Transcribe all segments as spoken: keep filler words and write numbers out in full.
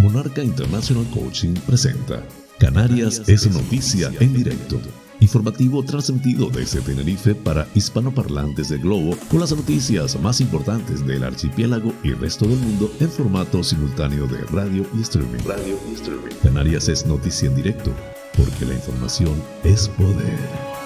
Monarca International Coaching presenta Canarias es noticia en directo. Informativo transmitido desde Tenerife para hispanoparlantes del globo con las noticias más importantes del archipiélago y resto del mundo en formato simultáneo de radio y streaming. Radio y streaming. Canarias es noticia en directo porque la información es poder.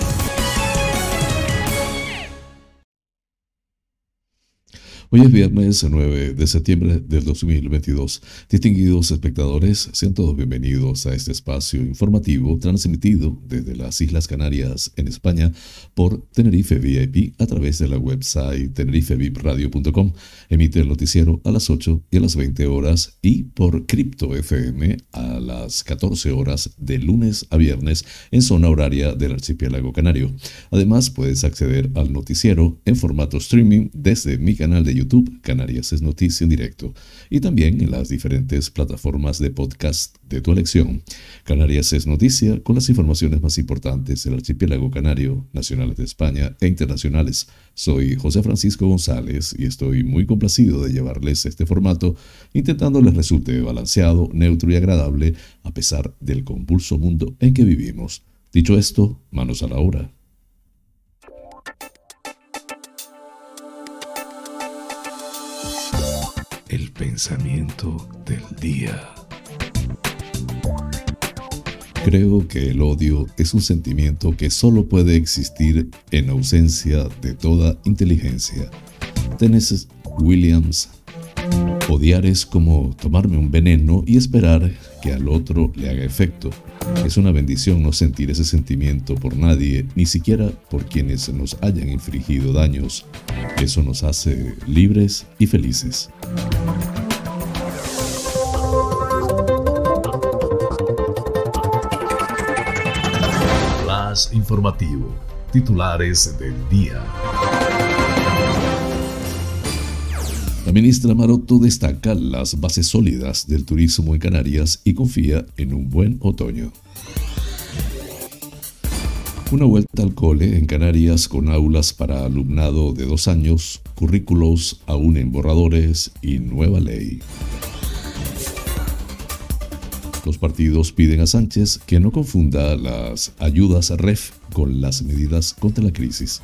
Hoy es viernes nueve de septiembre del dos mil veintidós. Distinguidos espectadores, sean todos bienvenidos a este espacio informativo transmitido desde las Islas Canarias en España por Tenerife V I P a través de la website tenerife v i p radio punto com. Emite el noticiero a las ocho y a las veinte horas y por Crypto F M a las catorce horas de lunes a viernes en zona horaria del archipiélago canario. Además, puedes acceder al noticiero en formato streaming desde mi canal de YouTube, Canarias es Noticia en Directo, y también en las diferentes plataformas de podcast de tu elección. Canarias es Noticia con las informaciones más importantes del archipiélago canario, nacionales de España e internacionales. Soy José Francisco González y estoy muy complacido de llevarles este formato, intentando les resulte balanceado, neutro y agradable a pesar del convulso mundo en que vivimos. Dicho esto, manos a la obra. El pensamiento del día. Creo que el odio es un sentimiento que solo puede existir en ausencia de toda inteligencia. Tennessee Williams. Odiar es como tomarme un veneno y esperar que al otro le haga efecto. Es una bendición no sentir ese sentimiento por nadie, ni siquiera por quienes nos hayan infligido daños. Eso nos hace libres y felices. Flash informativo. Titulares del día. La ministra Maroto destaca las bases sólidas del turismo en Canarias y confía en un buen otoño. Una vuelta al cole en Canarias con aulas para alumnado de dos años, currículos aún en borradores y nueva ley. Los partidos piden a Sánchez que no confunda las ayudas a R E F con las medidas contra la crisis.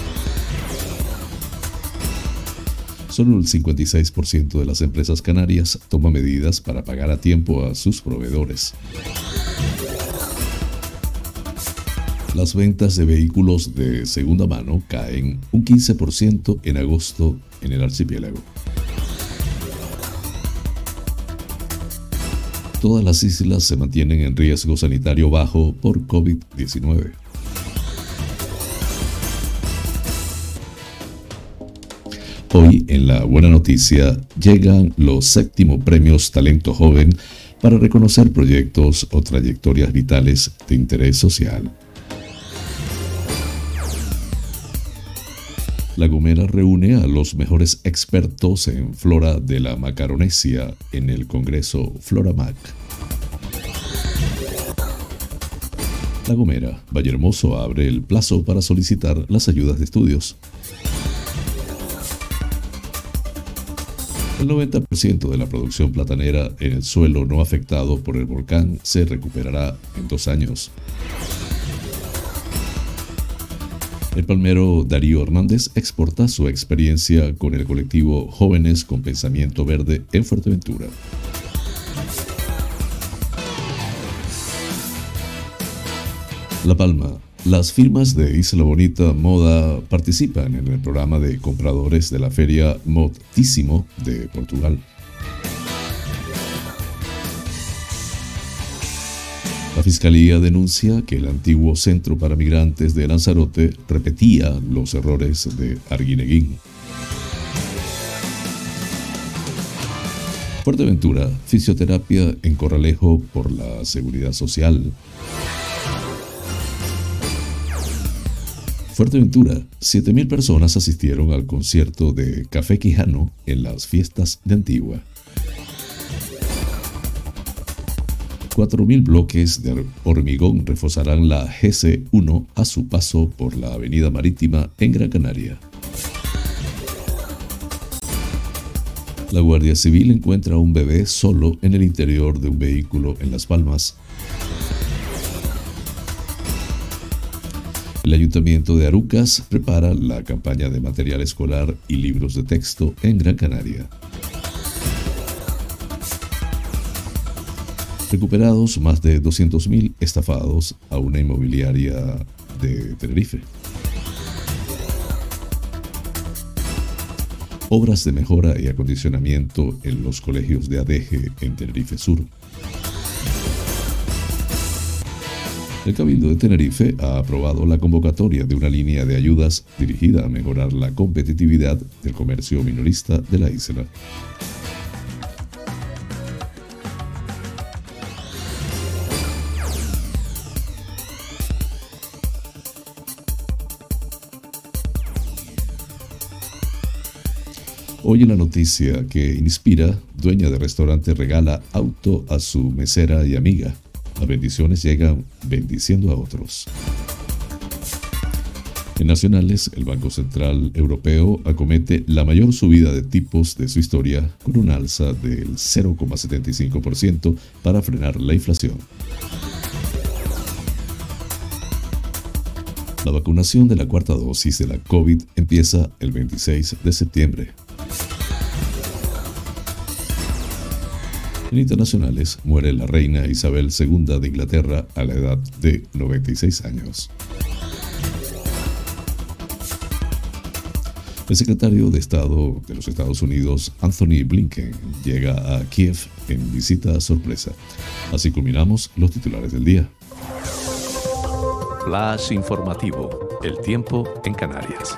Solo el cincuenta y seis por ciento de las empresas canarias toma medidas para pagar a tiempo a sus proveedores. Las ventas de vehículos de segunda mano caen un quince por ciento en agosto en el archipiélago. Todas las islas se mantienen en riesgo sanitario bajo por COVID diecinueve. Hoy, en La Buena Noticia, llegan los séptimo premios Talento Joven para reconocer proyectos o trayectorias vitales de interés social. La Gomera reúne a los mejores expertos en flora de la Macaronesia en el Congreso Floramac. La Gomera, Vallehermoso abre el plazo para solicitar las ayudas de estudios. El noventa por ciento de la producción platanera en el suelo no afectado por el volcán se recuperará en dos años. El palmero Darío Hernández exporta su experiencia con el colectivo Jóvenes con Pensamiento Verde en Fuerteventura. La Palma. Las firmas de Isla Bonita Moda participan en el programa de compradores de la feria Modísimo de Portugal. La Fiscalía denuncia que el antiguo centro para migrantes de Lanzarote repetía los errores de Arguineguín. Fuerteventura, fisioterapia en Corralejo por la Seguridad Social. Fuerteventura, siete mil personas asistieron al concierto de Café Quijano en las fiestas de Antigua. cuatro mil bloques de hormigón reforzarán la G C uno a su paso por la avenida marítima en Gran Canaria. La Guardia Civil encuentra a un bebé solo en el interior de un vehículo en Las Palmas. El Ayuntamiento de Arucas prepara la campaña de material escolar y libros de texto en Gran Canaria. Recuperados más de doscientos mil estafados a una inmobiliaria de Tenerife. Obras de mejora y acondicionamiento en los colegios de Adeje en Tenerife Sur. El Cabildo de Tenerife ha aprobado la convocatoria de una línea de ayudas dirigida a mejorar la competitividad del comercio minorista de la isla. Hoy en la noticia que inspira, dueña de restaurante regala auto a su mesera y amiga. Las bendiciones llegan bendiciendo a otros. En nacionales, el Banco Central Europeo acomete la mayor subida de tipos de su historia con un alza del cero coma setenta y cinco por ciento para frenar la inflación. La vacunación de la cuarta dosis de la COVID empieza el veintiséis de septiembre. En internacionales, muere la reina Isabel segunda de Inglaterra a la edad de noventa y seis años. El secretario de Estado de los Estados Unidos, Anthony Blinken, llega a Kiev en visita sorpresa. Así culminamos los titulares del día. Flash informativo. El tiempo en Canarias.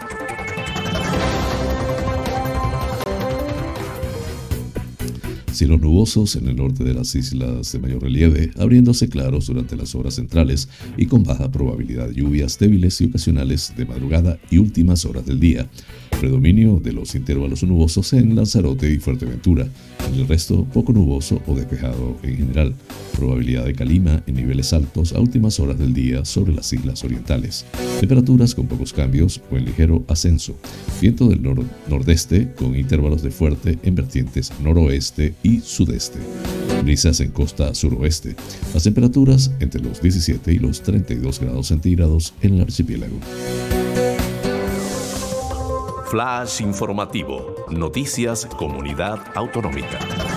Cielos nubosos en el norte de las islas de mayor relieve, abriéndose claros durante las horas centrales y con baja probabilidad de lluvias débiles y ocasionales de madrugada y últimas horas del día. Predominio de los intervalos nubosos en Lanzarote y Fuerteventura. En el resto, poco nuboso o despejado en general. Probabilidad de calima en niveles altos a últimas horas del día sobre las islas orientales. Temperaturas con pocos cambios o en ligero ascenso. Viento del nor- nordeste con intervalos de fuerte en vertientes noroeste y sudeste. Brisas en costa suroeste. Las temperaturas entre los diecisiete y los treinta y dos grados centígrados en el archipiélago. Flash informativo. Noticias Comunidad Autonómica.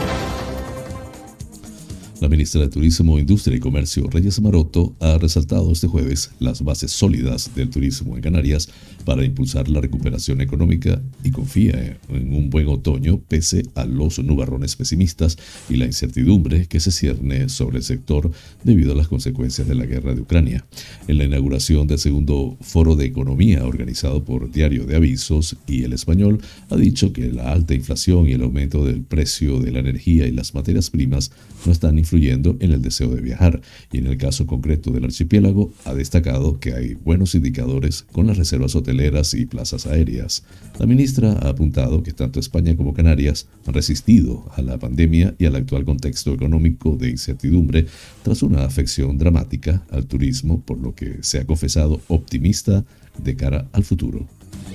La ministra de Turismo, Industria y Comercio, Reyes Maroto, ha resaltado este jueves las bases sólidas del turismo en Canarias para impulsar la recuperación económica y confía en un buen otoño pese a los nubarrones pesimistas y la incertidumbre que se cierne sobre el sector debido a las consecuencias de la guerra de Ucrania. En la inauguración del segundo Foro de Economía organizado por Diario de Avisos y El Español, ha dicho que la alta inflación y el aumento del precio de la energía y las materias primas no están influyendo en el deseo de viajar, y en el caso concreto del archipiélago ha destacado que hay buenos indicadores con las reservas hoteleras y plazas aéreas. La ministra ha apuntado que tanto España como Canarias han resistido a la pandemia y al actual contexto económico de incertidumbre tras una afección dramática al turismo, por lo que se ha confesado optimista de cara al futuro.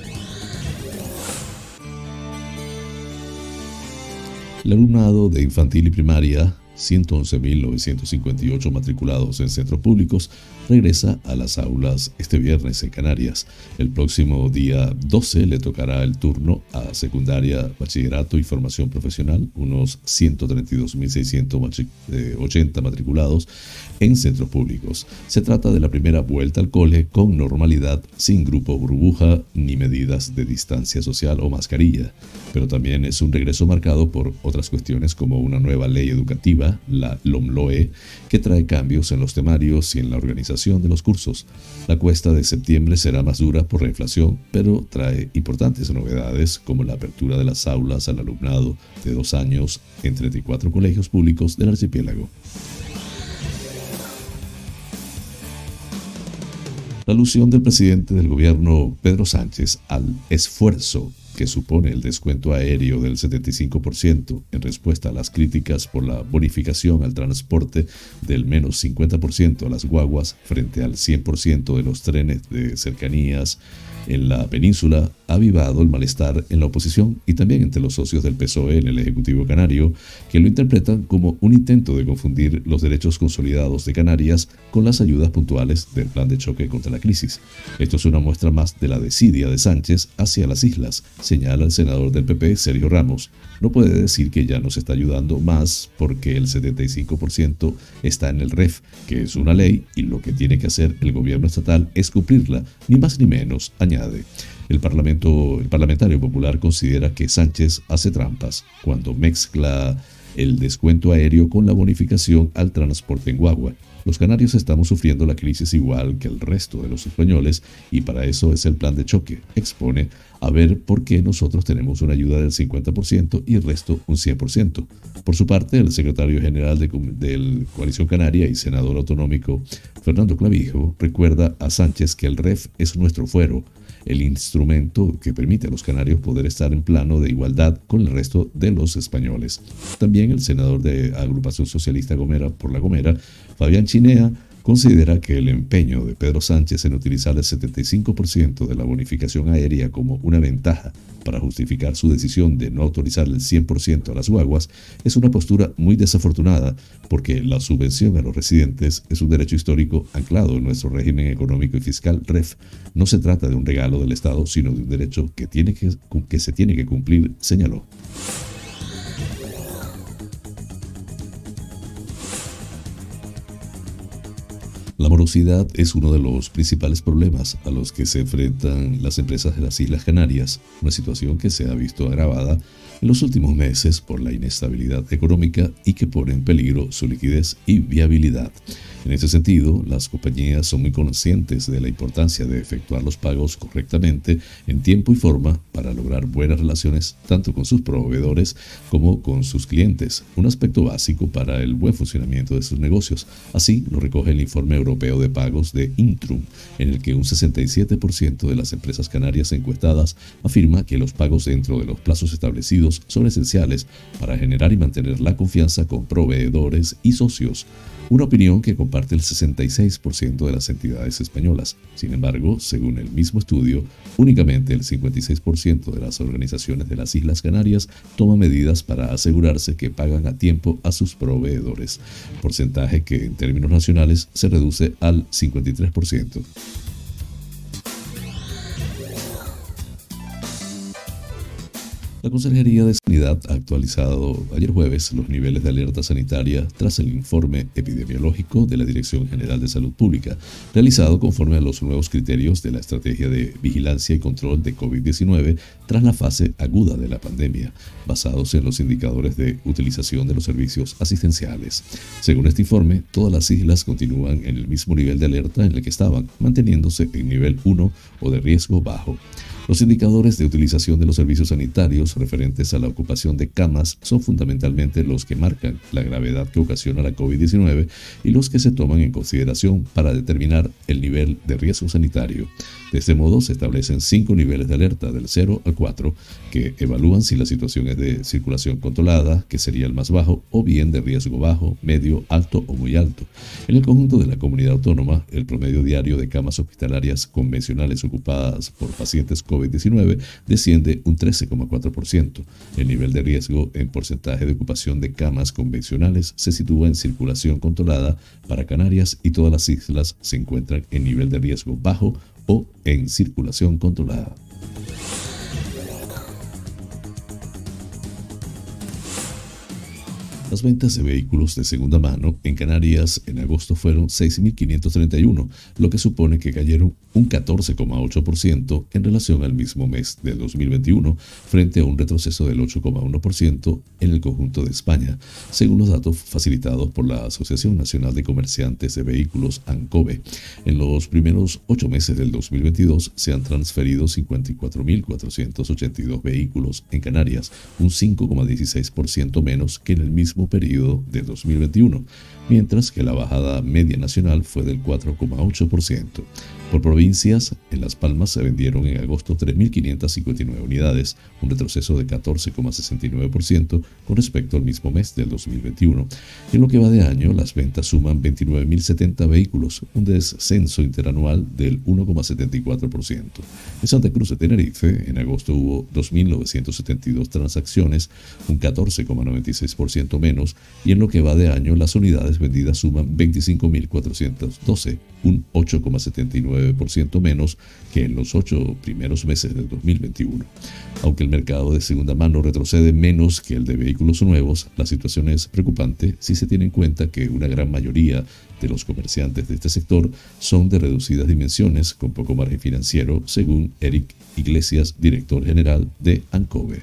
El alumnado de infantil y primaria, ciento once mil novecientos cincuenta y ocho matriculados en centros públicos, regresa a las aulas este viernes en Canarias. El próximo día doce le tocará el turno a secundaria, bachillerato y formación profesional, unos ciento treinta y dos mil seiscientos ochenta matriculados en centros públicos. Se trata de la primera vuelta al cole con normalidad, sin grupo burbuja ni medidas de distancia social o mascarilla. Pero también es un regreso marcado por otras cuestiones como una nueva ley educativa, la LOMLOE, que trae cambios en los temarios y en la organización de los cursos. La cuesta de septiembre será más dura por la inflación, pero trae importantes novedades como la apertura de las aulas al alumnado de dos años en treinta y cuatro colegios públicos del archipiélago. La alusión del presidente del gobierno, Pedro Sánchez, al esfuerzo que supone el descuento aéreo del setenta y cinco por ciento en respuesta a las críticas por la bonificación al transporte del menos cincuenta por ciento a las guaguas frente al cien por ciento de los trenes de cercanías en la península ha avivado el malestar en la oposición y también entre los socios del P S O E en el Ejecutivo canario, que lo interpretan como un intento de confundir los derechos consolidados de Canarias con las ayudas puntuales del plan de choque contra la crisis. Esto es una muestra más de la desidia de Sánchez hacia las islas, señala el senador del P P, Sergio Ramos. No puede decir que ya nos está ayudando más porque el setenta y cinco por ciento está en el R E F, que es una ley, y lo que tiene que hacer el gobierno estatal es cumplirla, ni más ni menos, añade. El, Parlamento, el parlamentario popular considera que Sánchez hace trampas cuando mezcla el descuento aéreo con la bonificación al transporte en guagua. Los canarios estamos sufriendo la crisis igual que el resto de los españoles y para eso es el plan de choque. Expone a ver por qué nosotros tenemos una ayuda del cincuenta por ciento y el resto un cien por ciento. Por su parte, el secretario general de, de Coalición Canaria y senador autonómico Fernando Clavijo recuerda a Sánchez que el R E F es nuestro fuero, el instrumento que permite a los canarios poder estar en plano de igualdad con el resto de los españoles. También el senador de Agrupación Socialista Gomera por La Gomera, Fabián Chinea, considera que el empeño de Pedro Sánchez en utilizar el setenta y cinco por ciento de la bonificación aérea como una ventaja para justificar su decisión de no autorizar el cien por ciento a las guaguas es una postura muy desafortunada porque la subvención a los residentes es un derecho histórico anclado en nuestro régimen económico y fiscal R E F. No se trata de un regalo del Estado, sino de un derecho que, tiene que, que se tiene que cumplir, señaló. La morosidad es uno de los principales problemas a los que se enfrentan las empresas de las Islas Canarias, una situación que se ha visto agravada en los últimos meses por la inestabilidad económica y que pone en peligro su liquidez y viabilidad. En ese sentido, las compañías son muy conscientes de la importancia de efectuar los pagos correctamente en tiempo y forma para lograr buenas relaciones tanto con sus proveedores como con sus clientes, un aspecto básico para el buen funcionamiento de sus negocios. Así lo recoge el informe europeo de pagos de Intrum, en el que un sesenta y siete por ciento de las empresas canarias encuestadas afirma que los pagos dentro de los plazos establecidos son esenciales para generar y mantener la confianza con proveedores y socios. Una opinión que comparte el sesenta y seis por ciento de las entidades españolas. Sin embargo, según el mismo estudio, únicamente el cincuenta y seis por ciento de las organizaciones de las Islas Canarias toma medidas para asegurarse que pagan a tiempo a sus proveedores, porcentaje que en términos nacionales se reduce al cincuenta y tres por ciento. La Consejería de Sanidad ha actualizado ayer jueves los niveles de alerta sanitaria tras el informe epidemiológico de la Dirección General de Salud Pública, realizado conforme a los nuevos criterios de la Estrategia de Vigilancia y Control de COVID diecinueve tras la fase aguda de la pandemia, basados en los indicadores de utilización de los servicios asistenciales. Según este informe, todas las islas continúan en el mismo nivel de alerta en el que estaban, manteniéndose en nivel uno o de riesgo bajo. Los indicadores de utilización de los servicios sanitarios referentes a la ocupación de camas son fundamentalmente los que marcan la gravedad que ocasiona la COVID diecinueve y los que se toman en consideración para determinar el nivel de riesgo sanitario. De este modo, se establecen cinco niveles de alerta del cero al cuatro que evalúan si la situación es de circulación controlada, que sería el más bajo, o bien de riesgo bajo, medio, alto o muy alto. En el conjunto de la comunidad autónoma, el promedio diario de camas hospitalarias convencionales ocupadas por pacientes COVID diecinueve desciende un trece coma cuatro por ciento. El nivel de riesgo en porcentaje de ocupación de camas convencionales se sitúa en circulación controlada para Canarias y todas las islas se encuentran en nivel de riesgo bajo o en circulación controlada. Las ventas de vehículos de segunda mano en Canarias en agosto fueron seis mil quinientos treinta y uno, lo que supone que cayeron un catorce coma ocho por ciento en relación al mismo mes de dos mil veintiuno, frente a un retroceso del ocho coma uno por ciento en el conjunto de España, según los datos facilitados por la Asociación Nacional de Comerciantes de Vehículos, ANCOVE. En los primeros ocho meses del dos mil veintidós se han transferido cincuenta y cuatro mil cuatrocientos ochenta y dos vehículos en Canarias, un cinco coma dieciséis por ciento menos que en el mismo mismo periodo de dos mil veintiuno, mientras que la bajada media nacional fue del cuatro coma ocho por ciento. Por provincias, en Las Palmas se vendieron en agosto tres mil quinientas cincuenta y nueve unidades, un retroceso de catorce coma sesenta y nueve por ciento con respecto al mismo mes del dos mil veintiuno. En lo que va de año, las ventas suman veintinueve mil setenta vehículos, un descenso interanual del uno coma setenta y cuatro por ciento. En Santa Cruz de Tenerife, en agosto hubo dos mil novecientas setenta y dos transacciones, un catorce coma noventa y seis por ciento menos, y en lo que va de año, las unidades vendidas suman veinticinco mil cuatrocientas doce, un ocho coma setenta y nueve por ciento menos que en los ocho primeros meses del dos mil veintiuno. Aunque el mercado de segunda mano retrocede menos que el de vehículos nuevos, la situación es preocupante si se tiene en cuenta que una gran mayoría de los comerciantes de este sector son de reducidas dimensiones con poco margen financiero, según Eric Iglesias, director general de ANCOVE.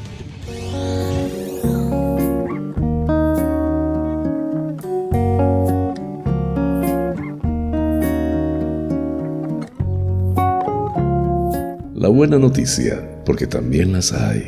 La buena noticia, porque también las hay.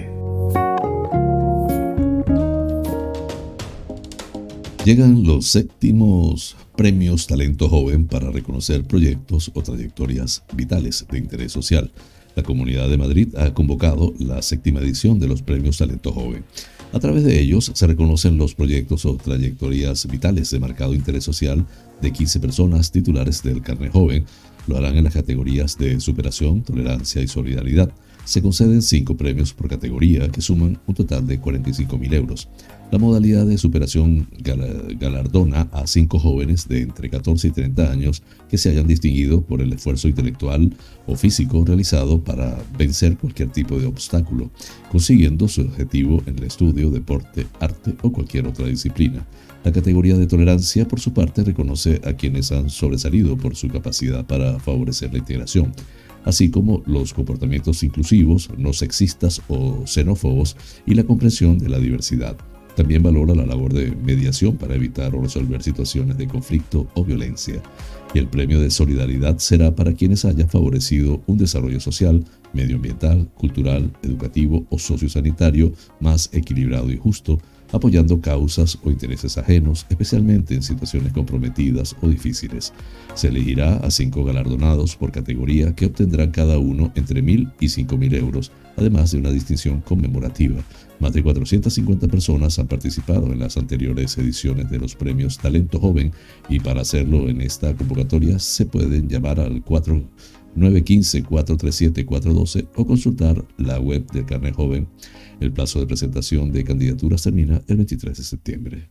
Llegan los séptimos premios Talento Joven para reconocer proyectos o trayectorias vitales de interés social. La Comunidad de Madrid ha convocado la séptima edición de los premios Talento Joven. A través de ellos se reconocen los proyectos o trayectorias vitales de marcado interés social de quince personas titulares del Carnet Joven. Lo harán en las categorías de superación, tolerancia y solidaridad. Se conceden cinco premios por categoría que suman un total de cuarenta y cinco mil euros. La modalidad de superación galardona a cinco jóvenes de entre catorce y treinta años que se hayan distinguido por el esfuerzo intelectual o físico realizado para vencer cualquier tipo de obstáculo, consiguiendo su objetivo en el estudio, deporte, arte o cualquier otra disciplina. La categoría de tolerancia, por su parte, reconoce a quienes han sobresalido por su capacidad para favorecer la integración, así como los comportamientos inclusivos, no sexistas o xenófobos y la comprensión de la diversidad. También valora la labor de mediación para evitar o resolver situaciones de conflicto o violencia. Y el premio de solidaridad será para quienes hayan favorecido un desarrollo social, medioambiental, cultural, educativo o sociosanitario más equilibrado y justo, apoyando causas o intereses ajenos, especialmente en situaciones comprometidas o difíciles. Se elegirá a cinco galardonados por categoría que obtendrán cada uno entre mil y cinco mil euros, además de una distinción conmemorativa. Más de cuatrocientas cincuenta personas han participado en las anteriores ediciones de los premios Talento Joven y para hacerlo en esta convocatoria se pueden llamar al cuatro nueve uno cinco, cuatro tres siete, cuatro uno dos o consultar la web del Carnet Joven. El plazo de presentación de candidaturas termina el veintitrés de septiembre.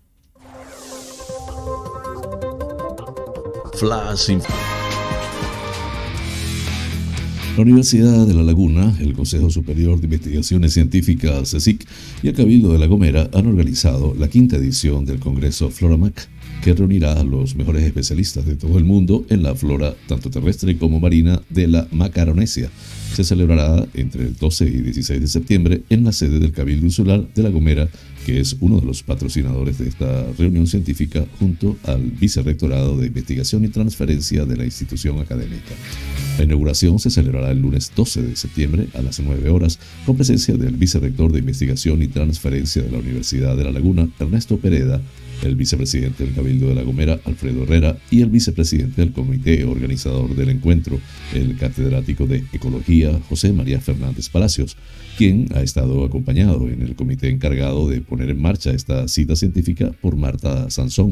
Flash Info. La Universidad de La Laguna, el Consejo Superior de Investigaciones Científicas, CSIC, y el Cabildo de La Gomera han organizado la quinta edición del Congreso FloraMac, que reunirá a los mejores especialistas de todo el mundo en la flora tanto terrestre como marina de la Macaronesia. Se celebrará entre el doce y dieciséis de septiembre en la sede del Cabildo Insular de La Gomera, que es uno de los patrocinadores de esta reunión científica, junto al Vicerrectorado de Investigación y Transferencia de la institución académica. La inauguración se celebrará el lunes doce de septiembre a las nueve horas, con presencia del Vicerrector de Investigación y Transferencia de la Universidad de La Laguna, Ernesto Pereda, el vicepresidente del Cabildo de La Gomera, Alfredo Herrera, y el vicepresidente del comité organizador del encuentro, el catedrático de Ecología, José María Fernández Palacios, quien ha estado acompañado en el comité encargado de poner en marcha esta cita científica por Marta Sansón.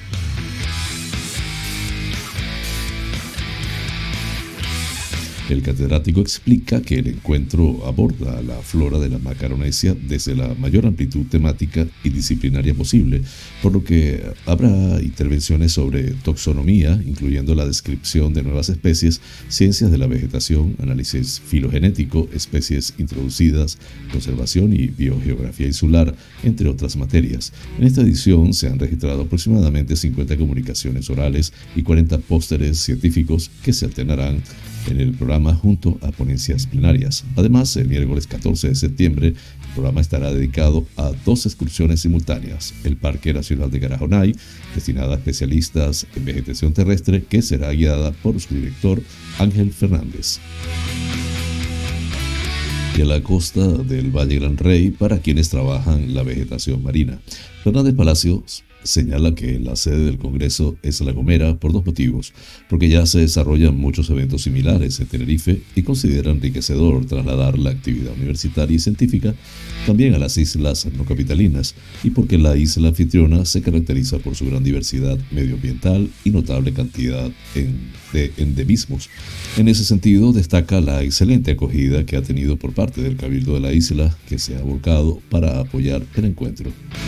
El catedrático explica que el encuentro aborda la flora de la Macaronesia desde la mayor amplitud temática y disciplinaria posible, por lo que habrá intervenciones sobre taxonomía, incluyendo la descripción de nuevas especies, ciencias de la vegetación, análisis filogenético, especies introducidas, conservación y biogeografía insular, entre otras materias. En esta edición se han registrado aproximadamente cincuenta comunicaciones orales y cuarenta pósteres científicos que se alternarán en el programa junto a ponencias plenarias. Además, el miércoles catorce de septiembre, el programa estará dedicado a dos excursiones simultáneas: el Parque Nacional de Garajonay, destinada a especialistas en vegetación terrestre, que será guiada por su director Ángel Fernández. y a la costa del Valle Gran Rey para quienes trabajan la vegetación marina. Fernández Palacios señala que la sede del Congreso es La Gomera por dos motivos, porque ya se desarrollan muchos eventos similares en Tenerife y considera enriquecedor trasladar la actividad universitaria y científica también a las islas no capitalinas, y porque la isla anfitriona se caracteriza por su gran diversidad medioambiental y notable cantidad de endemismos. En ese sentido, destaca la excelente acogida que ha tenido por parte del Cabildo de la isla, que se ha volcado para apoyar el encuentro.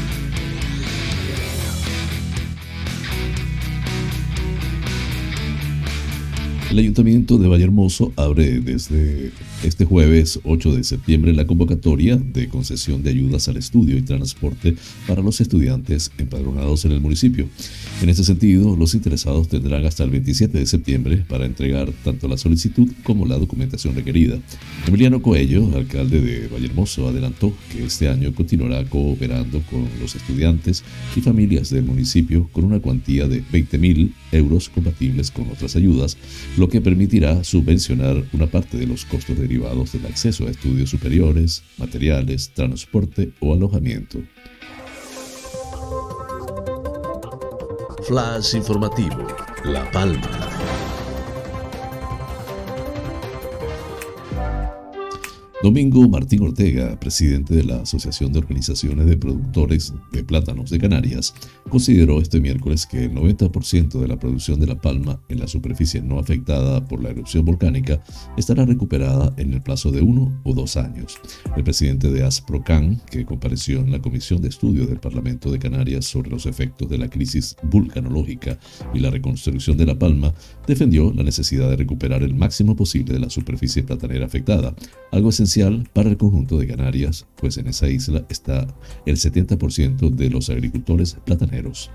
El Ayuntamiento de Vallehermoso abre desde este jueves ocho de septiembre la convocatoria de concesión de ayudas al estudio y transporte para los estudiantes empadronados en el municipio. En este sentido, los interesados tendrán hasta el veintisiete de septiembre para entregar tanto la solicitud como la documentación requerida. Emiliano Coello, alcalde de Vallehermoso, adelantó que este año continuará cooperando con los estudiantes y familias del municipio con una cuantía de veinte mil euros compatibles con otras ayudas, lo que permitirá subvencionar una parte de los costos derivados del acceso a estudios superiores, materiales, transporte o alojamiento. Flash informativo, La Palma. Domingo Martín Ortega, presidente de la Asociación de Organizaciones de Productores de Plátanos de Canarias, consideró este miércoles que el noventa por ciento de la producción de la palma en la superficie no afectada por la erupción volcánica estará recuperada en el plazo de uno o dos años. El presidente de ASPROCAN, que compareció en la Comisión de Estudios del Parlamento de Canarias sobre los efectos de la crisis vulcanológica y la reconstrucción de la palma, defendió la necesidad de recuperar el máximo posible de la superficie platanera afectada, algo esencial para el conjunto de Canarias, pues en esa isla está el setenta por ciento de los agricultores plataneros.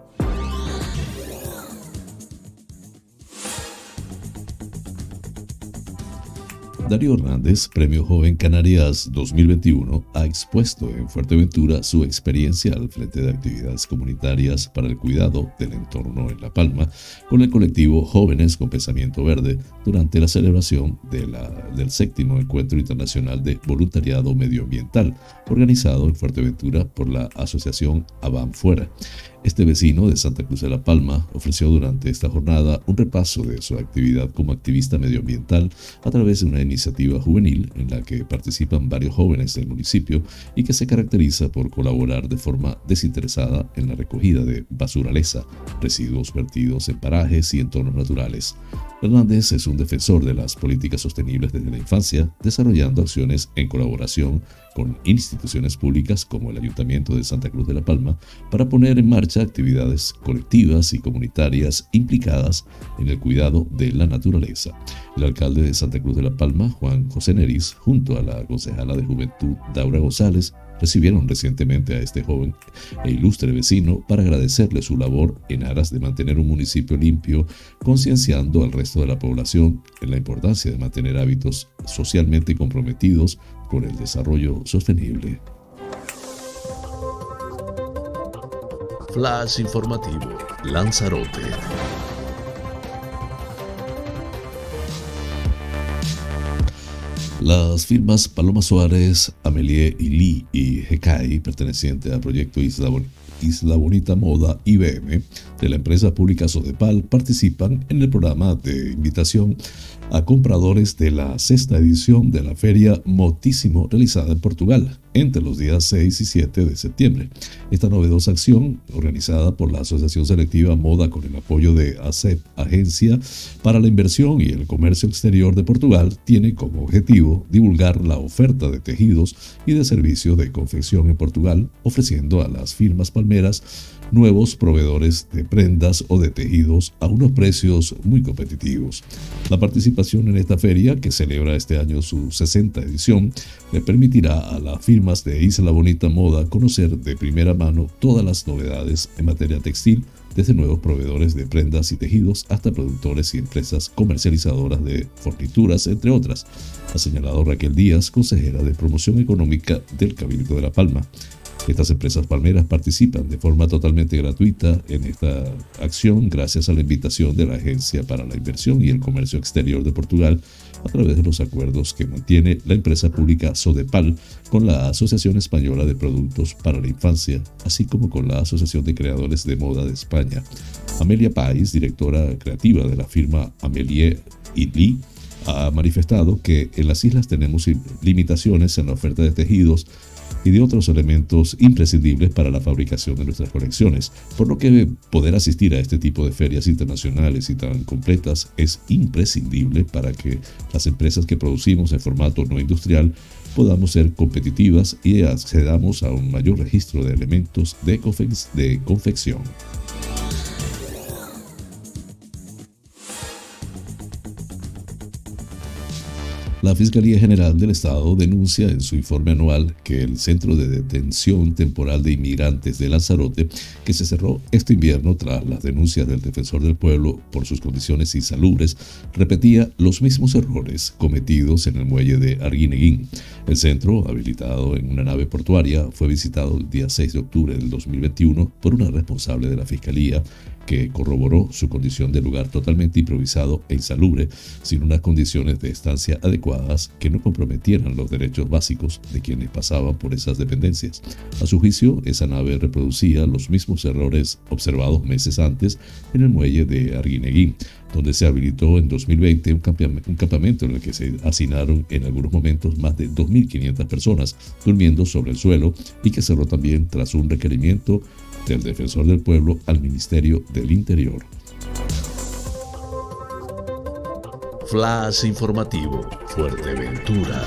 Darío Hernández, Premio Joven Canarias dos mil veintiuno, ha expuesto en Fuerteventura su experiencia al frente de actividades comunitarias para el cuidado del entorno en La Palma con el colectivo Jóvenes con Pensamiento Verde durante la celebración de la, del séptimo Encuentro Internacional de Voluntariado Medioambiental, organizado en Fuerteventura por la asociación Avan Fuera. Este vecino de Santa Cruz de La Palma ofreció durante esta jornada un repaso de su actividad como activista medioambiental a través de una iniciativa juvenil en la que participan varios jóvenes del municipio y que se caracteriza por colaborar de forma desinteresada en la recogida de basuraleza, residuos vertidos en parajes y entornos naturales. Hernández es un defensor de las políticas sostenibles desde la infancia, desarrollando acciones en colaboración con instituciones públicas como el Ayuntamiento de Santa Cruz de La Palma para poner en marcha actividades colectivas y comunitarias implicadas en el cuidado de la naturaleza. El alcalde de Santa Cruz de La Palma, Juan José Neris, junto a la concejala de Juventud, Daura González, recibieron recientemente a este joven e ilustre vecino para agradecerle su labor en aras de mantener un municipio limpio, concienciando al resto de la población en la importancia de mantener hábitos socialmente comprometidos con el desarrollo sostenible. Flash informativo, Lanzarote. Las firmas Paloma Suárez, Amelie Ili y Hekai, perteneciente al proyecto Isla, Bon- Isla Bonita Moda I B M de la empresa pública Sodepal, participan en el programa de invitación a compradores de la sexta edición de la Feria Motísimo realizada en Portugal entre los días seis y siete de septiembre. Esta novedosa acción, organizada por la Asociación Selectiva Moda con el apoyo de A C E P, Agencia para la Inversión y el Comercio Exterior de Portugal, tiene como objetivo divulgar la oferta de tejidos y de servicios de confección en Portugal, ofreciendo a las firmas palmeras nuevos proveedores de prendas o de tejidos a unos precios muy competitivos. La participación en esta feria, que celebra este año su sexta edición, le permitirá a las firmas de Isla Bonita Moda conocer de primera mano todas las novedades en materia textil, desde nuevos proveedores de prendas y tejidos hasta productores y empresas comercializadoras de fornituras, entre otras, ha señalado Raquel Díaz, consejera de Promoción Económica del Cabildo de La Palma. Estas empresas palmeras participan de forma totalmente gratuita en esta acción gracias a la invitación de la Agencia para la Inversión y el Comercio Exterior de Portugal a través de los acuerdos que mantiene la empresa pública Sodepal con la Asociación Española de Productos para la Infancia, así como con la Asociación de Creadores de Moda de España. Amelia Pais, directora creativa de la firma Amelie y Lee, ha manifestado que en las islas tenemos limitaciones en la oferta de tejidos y de otros elementos imprescindibles para la fabricación de nuestras colecciones, por lo que poder asistir a este tipo de ferias internacionales y tan completas es imprescindible para que las empresas que producimos en formato no industrial podamos ser competitivas y accedamos a un mayor registro de elementos de, confe- de confección. La Fiscalía General del Estado denuncia en su informe anual que el Centro de Detención Temporal de Inmigrantes de Lanzarote, que se cerró este invierno tras las denuncias del Defensor del Pueblo por sus condiciones insalubres, repetía los mismos errores cometidos en el muelle de Arguineguín. El centro, habilitado en una nave portuaria, fue visitado el día seis de octubre del dos mil veintiuno por una responsable de la Fiscalía, que corroboró su condición de lugar totalmente improvisado e insalubre, sin unas condiciones de estancia adecuadas que no comprometieran los derechos básicos de quienes pasaban por esas dependencias. A su juicio, esa nave reproducía los mismos errores observados meses antes en el muelle de Arguineguín, donde se habilitó en dos mil veinte un, campam- un campamento en el que se hacinaron en algunos momentos más de dos mil quinientas personas durmiendo sobre el suelo y que cerró también tras un requerimiento del Defensor del Pueblo al Ministerio del Interior. Flash informativo, Fuerteventura.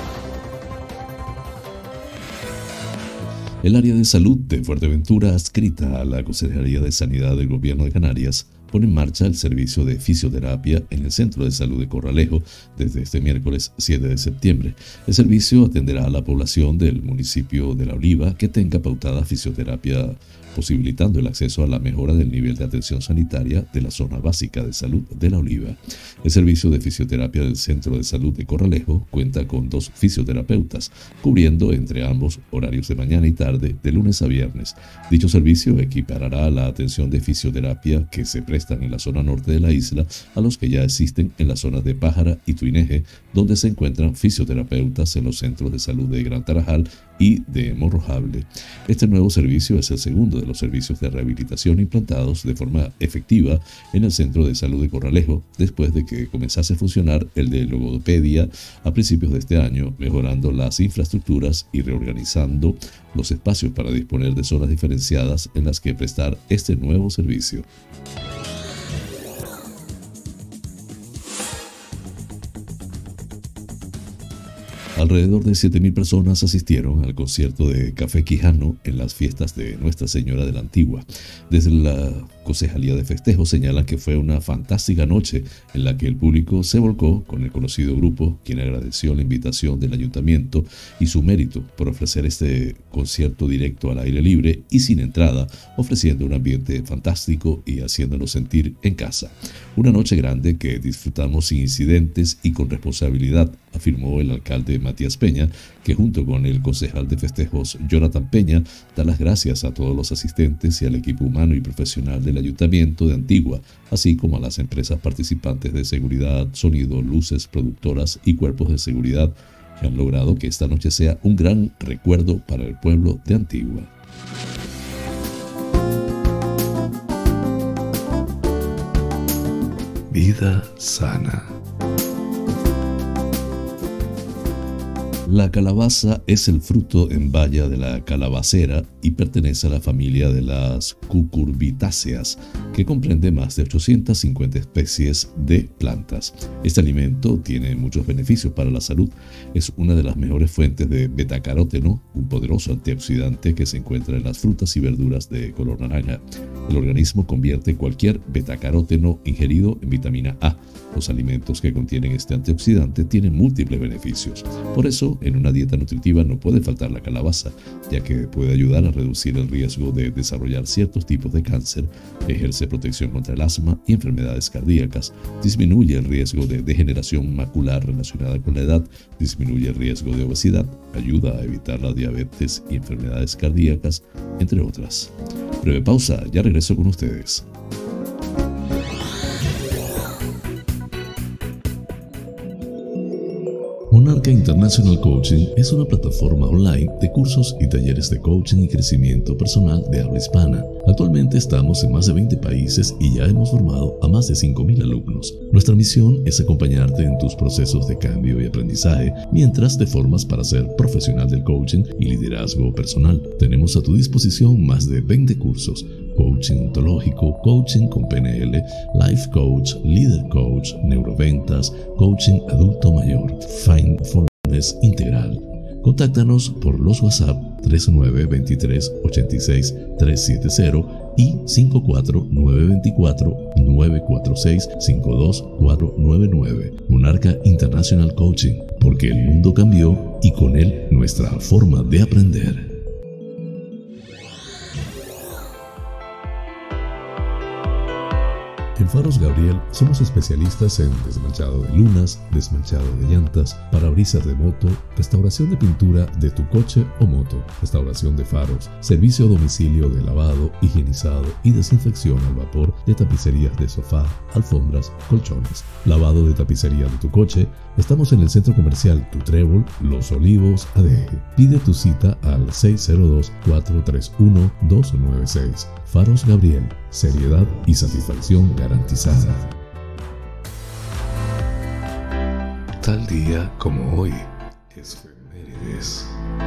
El área de salud de Fuerteventura, adscrita a la Consejería de Sanidad del Gobierno de Canarias, pone en marcha el servicio de fisioterapia en el Centro de Salud de Corralejo desde este miércoles siete de septiembre. El servicio atenderá a la población del municipio de La Oliva que tenga pautada fisioterapia, posibilitando el acceso a la mejora del nivel de atención sanitaria de la zona básica de salud de La Oliva. El servicio de fisioterapia del Centro de Salud de Corralejo cuenta con dos fisioterapeutas, cubriendo entre ambos horarios de mañana y tarde de lunes a viernes. Dicho servicio equiparará la atención de fisioterapia que se prestan en la zona norte de la isla a los que ya existen en las zonas de Pájara y Tuineje, donde se encuentran fisioterapeutas en los centros de salud de Gran Tarajal y de Morrojable. Este nuevo servicio es el segundo de los servicios de rehabilitación implantados de forma efectiva en el Centro de Salud de Corralejo, después de que comenzase a funcionar el de logopedia a principios de este año, mejorando las infraestructuras y reorganizando los espacios para disponer de zonas diferenciadas en las que prestar este nuevo servicio. Alrededor de siete mil personas asistieron al concierto de Café Quijano en las fiestas de Nuestra Señora de la Antigua. Desde la Concejalía de Festejos señalan que fue una fantástica noche en la que el público se volcó con el conocido grupo, quien agradeció la invitación del ayuntamiento y su mérito por ofrecer este concierto directo al aire libre y sin entrada, ofreciendo un ambiente fantástico y haciéndonos sentir en casa. Una noche grande que disfrutamos sin incidentes y con responsabilidad, afirmó el alcalde Matías Peña, que junto con el concejal de festejos Jonathan Peña da las gracias a todos los asistentes y al equipo humano y profesional del Ayuntamiento de Antigua, así como a las empresas participantes de seguridad, sonido, luces, productoras y cuerpos de seguridad que han logrado que esta noche sea un gran recuerdo para el pueblo de Antigua. Vida sana. La calabaza es el fruto en baya de la calabacera y pertenece a la familia de las cucurbitáceas, que comprende más de ochocientas cincuenta especies de plantas. Este alimento tiene muchos beneficios para la salud. Es una de las mejores fuentes de betacaróteno, un poderoso antioxidante que se encuentra en las frutas y verduras de color naranja. El organismo convierte cualquier betacaróteno ingerido en vitamina A. Los alimentos que contienen este antioxidante tienen múltiples beneficios. Por eso, en una dieta nutritiva no puede faltar la calabaza, ya que puede ayudar a reducir el riesgo de desarrollar ciertos tipos de cáncer, ejerce protección contra el asma y enfermedades cardíacas, disminuye el riesgo de degeneración macular relacionada con la edad, disminuye el riesgo de obesidad, ayuda a evitar la diabetes y enfermedades cardíacas, entre otras. Breve pausa, ya regreso con ustedes. Monarca International Coaching es una plataforma online de cursos y talleres de coaching y crecimiento personal de habla hispana. Actualmente estamos en más de veinte países y ya hemos formado a más de cinco mil alumnos. Nuestra misión es acompañarte en tus procesos de cambio y aprendizaje mientras te formas para ser profesional del coaching y liderazgo personal. Tenemos a tu disposición más de veinte cursos: coaching ontológico, coaching con P N L, life coach, leader coach, neuroventas, coaching adulto mayor, mindfulness integral. Contáctanos por los WhatsApp tres nueve dos tres ocho seis tres siete cero y cinco cuatro nueve dos cuatro nueve cuatro seis cinco dos cuatro nueve nueve. Monarca International Coaching, porque el mundo cambió y con él nuestra forma de aprender. En Faros Gabriel somos especialistas en desmanchado de lunas, desmanchado de llantas, parabrisas de moto, restauración de pintura de tu coche o moto, restauración de faros, servicio a domicilio de lavado, higienizado y desinfección al vapor de tapicerías de sofá, alfombras, colchones, lavado de tapicería de tu coche. Estamos en el centro comercial Tu Trébol, Los Olivos, Adeje. Pide tu cita al seis cero dos cuatro tres uno dos nueve seis. Faros Gabriel, seriedad y satisfacción garantizada. Tal día como hoy, efemérides.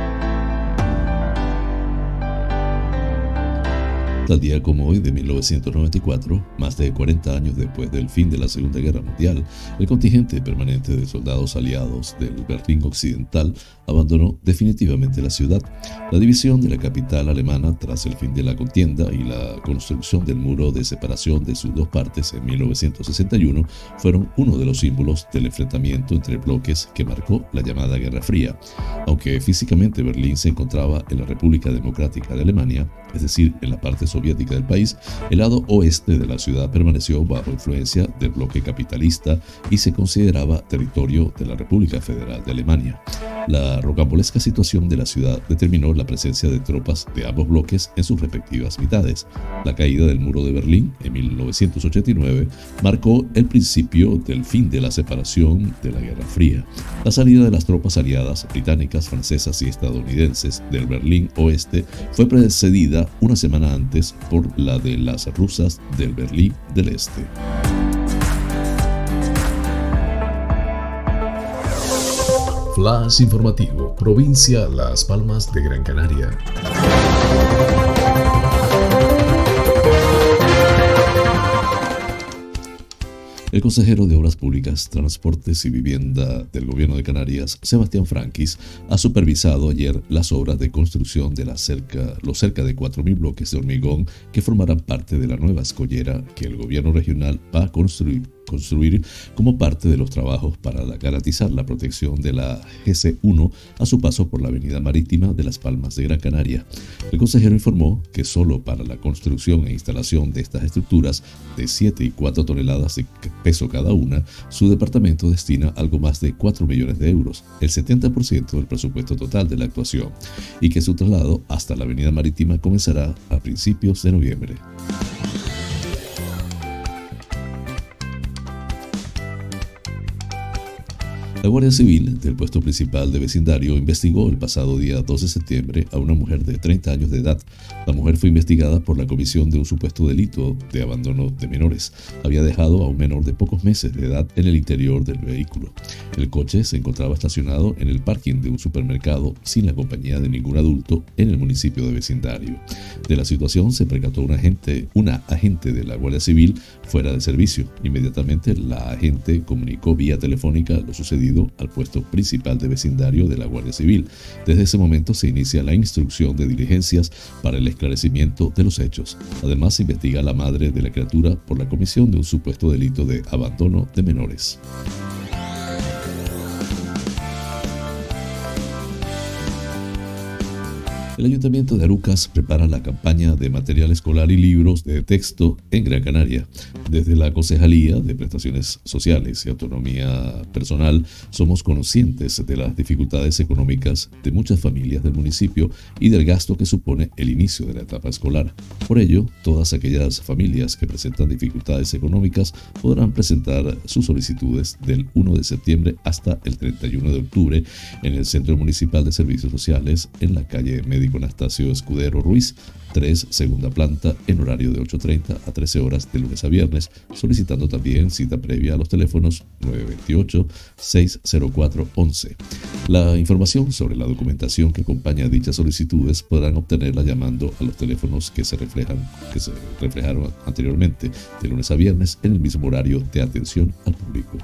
Tal día como hoy de mil novecientos noventa y cuatro, más de cuarenta años después del fin de la Segunda Guerra Mundial, el contingente permanente de soldados aliados del Berlín Occidental abandonó definitivamente la ciudad. La división de la capital alemana tras el fin de la contienda y la construcción del muro de separación de sus dos partes en mil novecientos sesenta y uno fueron uno de los símbolos del enfrentamiento entre bloques que marcó la llamada Guerra Fría. Aunque físicamente Berlín se encontraba en la República Democrática de Alemania, es decir, en la parte soviética del país, el lado oeste de la ciudad permaneció bajo influencia del bloque capitalista y se consideraba territorio de la República Federal de Alemania. La rocambolesca situación de la ciudad determinó la presencia de tropas de ambos bloques en sus respectivas mitades. La caída del muro de Berlín en mil novecientos ochenta y nueve marcó el principio del fin de la separación de la Guerra Fría. La salida de las tropas aliadas británicas, francesas y estadounidenses del Berlín Oeste fue precedida una semana antes por la de las rusas del Berlín del Este. Flash informativo, provincia Las Palmas de Gran Canaria. El consejero de Obras Públicas, Transportes y Vivienda del Gobierno de Canarias, Sebastián Franquis, ha supervisado ayer las obras de construcción de la cerca, los cerca de cuatro mil bloques de hormigón que formarán parte de la nueva escollera que el Gobierno regional va a construir construir como parte de los trabajos para garantizar la protección de la G C uno a su paso por la avenida marítima de Las Palmas de Gran Canaria. El consejero informó que solo para la construcción e instalación de estas estructuras de siete y cuatro toneladas de peso cada una, su departamento destina algo más de cuatro millones de euros, el setenta por ciento del presupuesto total de la actuación, y que su traslado hasta la avenida marítima comenzará a principios de noviembre. La Guardia Civil del puesto principal de vecindario investigó el pasado día dos de septiembre a una mujer de treinta años de edad. La mujer fue investigada por la comisión de un supuesto delito de abandono de menores. Había dejado a un menor de pocos meses de edad en el interior del vehículo. El coche se encontraba estacionado en el parking de un supermercado sin la compañía de ningún adulto en el municipio de vecindario. De la situación se percató una agente, una agente de la Guardia Civil fuera de servicio. Inmediatamente la agente comunicó vía telefónica lo sucedido al puesto principal de vecindario de la Guardia Civil. Desde ese momento se inicia la instrucción de diligencias para el esclarecimiento de los hechos. Además, se investiga a la madre de la criatura por la comisión de un supuesto delito de abandono de menores. El Ayuntamiento de Arucas prepara la campaña de material escolar y libros de texto en Gran Canaria. Desde la Concejalía de Prestaciones Sociales y Autonomía Personal somos conscientes de las dificultades económicas de muchas familias del municipio y del gasto que supone el inicio de la etapa escolar. Por ello, todas aquellas familias que presentan dificultades económicas podrán presentar sus solicitudes del primero de septiembre hasta el treinta y uno de octubre en el Centro Municipal de Servicios Sociales en la calle Médico Anastasio Escudero Ruiz, tres, segunda planta, en horario de ocho treinta a trece horas de lunes a viernes, solicitando también cita previa a los teléfonos nueve dos ocho, seis cero cuatro, once. La información sobre la documentación que acompaña a dichas solicitudes podrán obtenerla llamando a los teléfonos que se reflejan, que se reflejaron anteriormente, de lunes a viernes en el mismo horario de atención al público.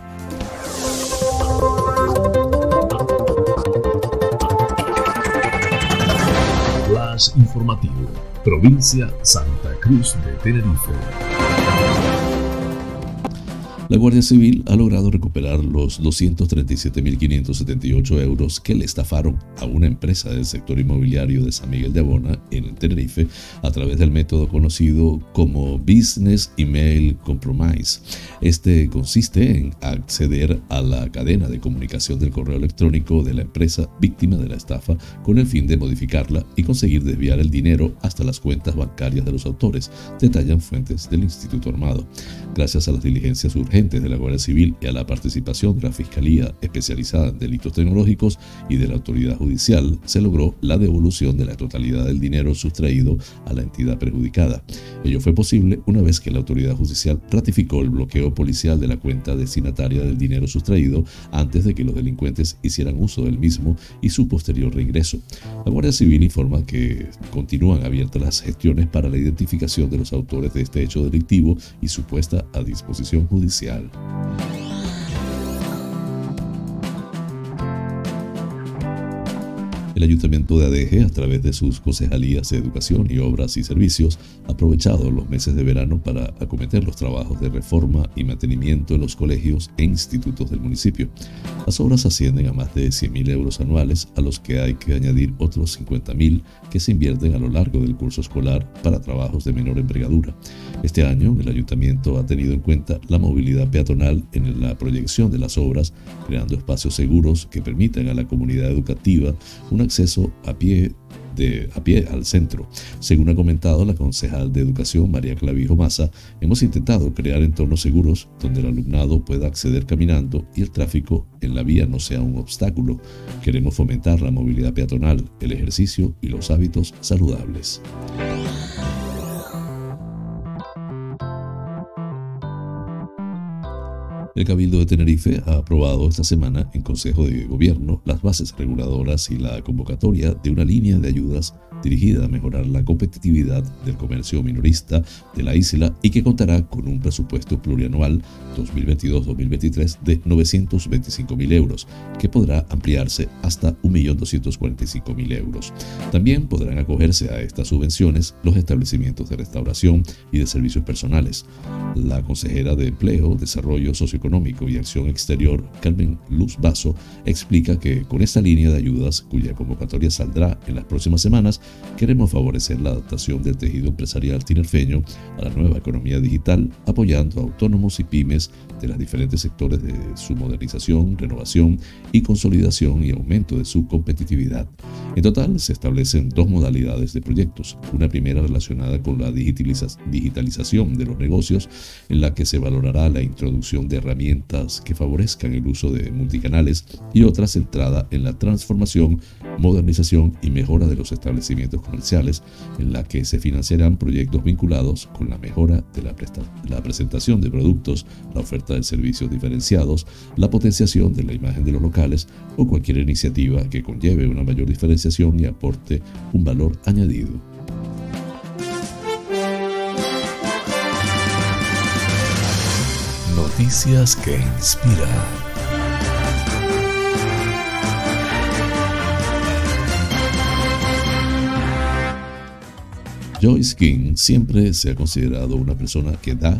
Flash informativo, provincia Santa Cruz de Tenerife. La Guardia Civil ha logrado recuperar los doscientos treinta y siete mil quinientos setenta y ocho euros que le estafaron a una empresa del sector inmobiliario de San Miguel de Abona, en Tenerife, a través del método conocido como Business Email Compromise. Este consiste en acceder a la cadena de comunicación del correo electrónico de la empresa víctima de la estafa con el fin de modificarla y conseguir desviar el dinero hasta las cuentas bancarias de los autores, detallan fuentes del Instituto Armado. Gracias a las diligencias urgentes de la Guardia Civil y a la participación de la Fiscalía especializada en delitos tecnológicos y de la autoridad judicial, se logró la devolución de la totalidad del dinero sustraído a la entidad perjudicada. Ello fue posible una vez que la autoridad judicial ratificó el bloqueo policial de la cuenta destinataria del dinero sustraído antes de que los delincuentes hicieran uso del mismo y su posterior reingreso. La Guardia Civil informa que continúan abiertas las gestiones para la identificación de los autores de este hecho delictivo y su puesta a disposición judicial. El Ayuntamiento de Adeje, a través de sus concejalías de Educación y Obras y Servicios, ha aprovechado los meses de verano para acometer los trabajos de reforma y mantenimiento en los colegios e institutos del municipio. Las obras ascienden a más de cien mil euros anuales, a los que hay que añadir otros cincuenta mil que se invierten a lo largo del curso escolar para trabajos de menor envergadura. Este año, el Ayuntamiento ha tenido en cuenta la movilidad peatonal en la proyección de las obras, creando espacios seguros que permitan a la comunidad educativa un acceso a pie, de, a pie al centro. Según ha comentado la concejal de Educación, María Clavijo Maza, hemos intentado crear entornos seguros donde el alumnado pueda acceder caminando y el tráfico en la vía no sea un obstáculo. Queremos fomentar la movilidad peatonal, el ejercicio y los hábitos saludables. El Cabildo de Tenerife ha aprobado esta semana en Consejo de Gobierno las bases reguladoras y la convocatoria de una línea de ayudas dirigida a mejorar la competitividad del comercio minorista de la isla y que contará con un presupuesto plurianual dos mil veintidós dos mil veintitrés de novecientos veinticinco mil euros, que podrá ampliarse hasta un millón doscientos cuarenta y cinco mil euros. También podrán acogerse a estas subvenciones los establecimientos de restauración y de servicios personales. La consejera de Empleo, Desarrollo Socioeconómico y Acción Exterior, Carmen Luz Basso, explica que con esta línea de ayudas, cuya convocatoria saldrá en las próximas semanas, queremos favorecer la adaptación del tejido empresarial tinerfeño a la nueva economía digital, apoyando a autónomos y pymes de los diferentes sectores de su modernización, renovación y consolidación y aumento de su competitividad. En total, se establecen dos modalidades de proyectos. Una primera relacionada con la digitaliza- digitalización de los negocios, en la que se valorará la introducción de herramientas que favorezcan el uso de multicanales, y otra centrada en la transformación, modernización y mejora de los establecimientos comerciales, en la que se financiarán proyectos vinculados con la mejora de la, presta- la presentación de productos, la oferta de servicios diferenciados, la potenciación de la imagen de los locales o cualquier iniciativa que conlleve una mayor diferenciación y aporte un valor añadido. Noticias que inspiran. Joyce King siempre se ha considerado una persona que da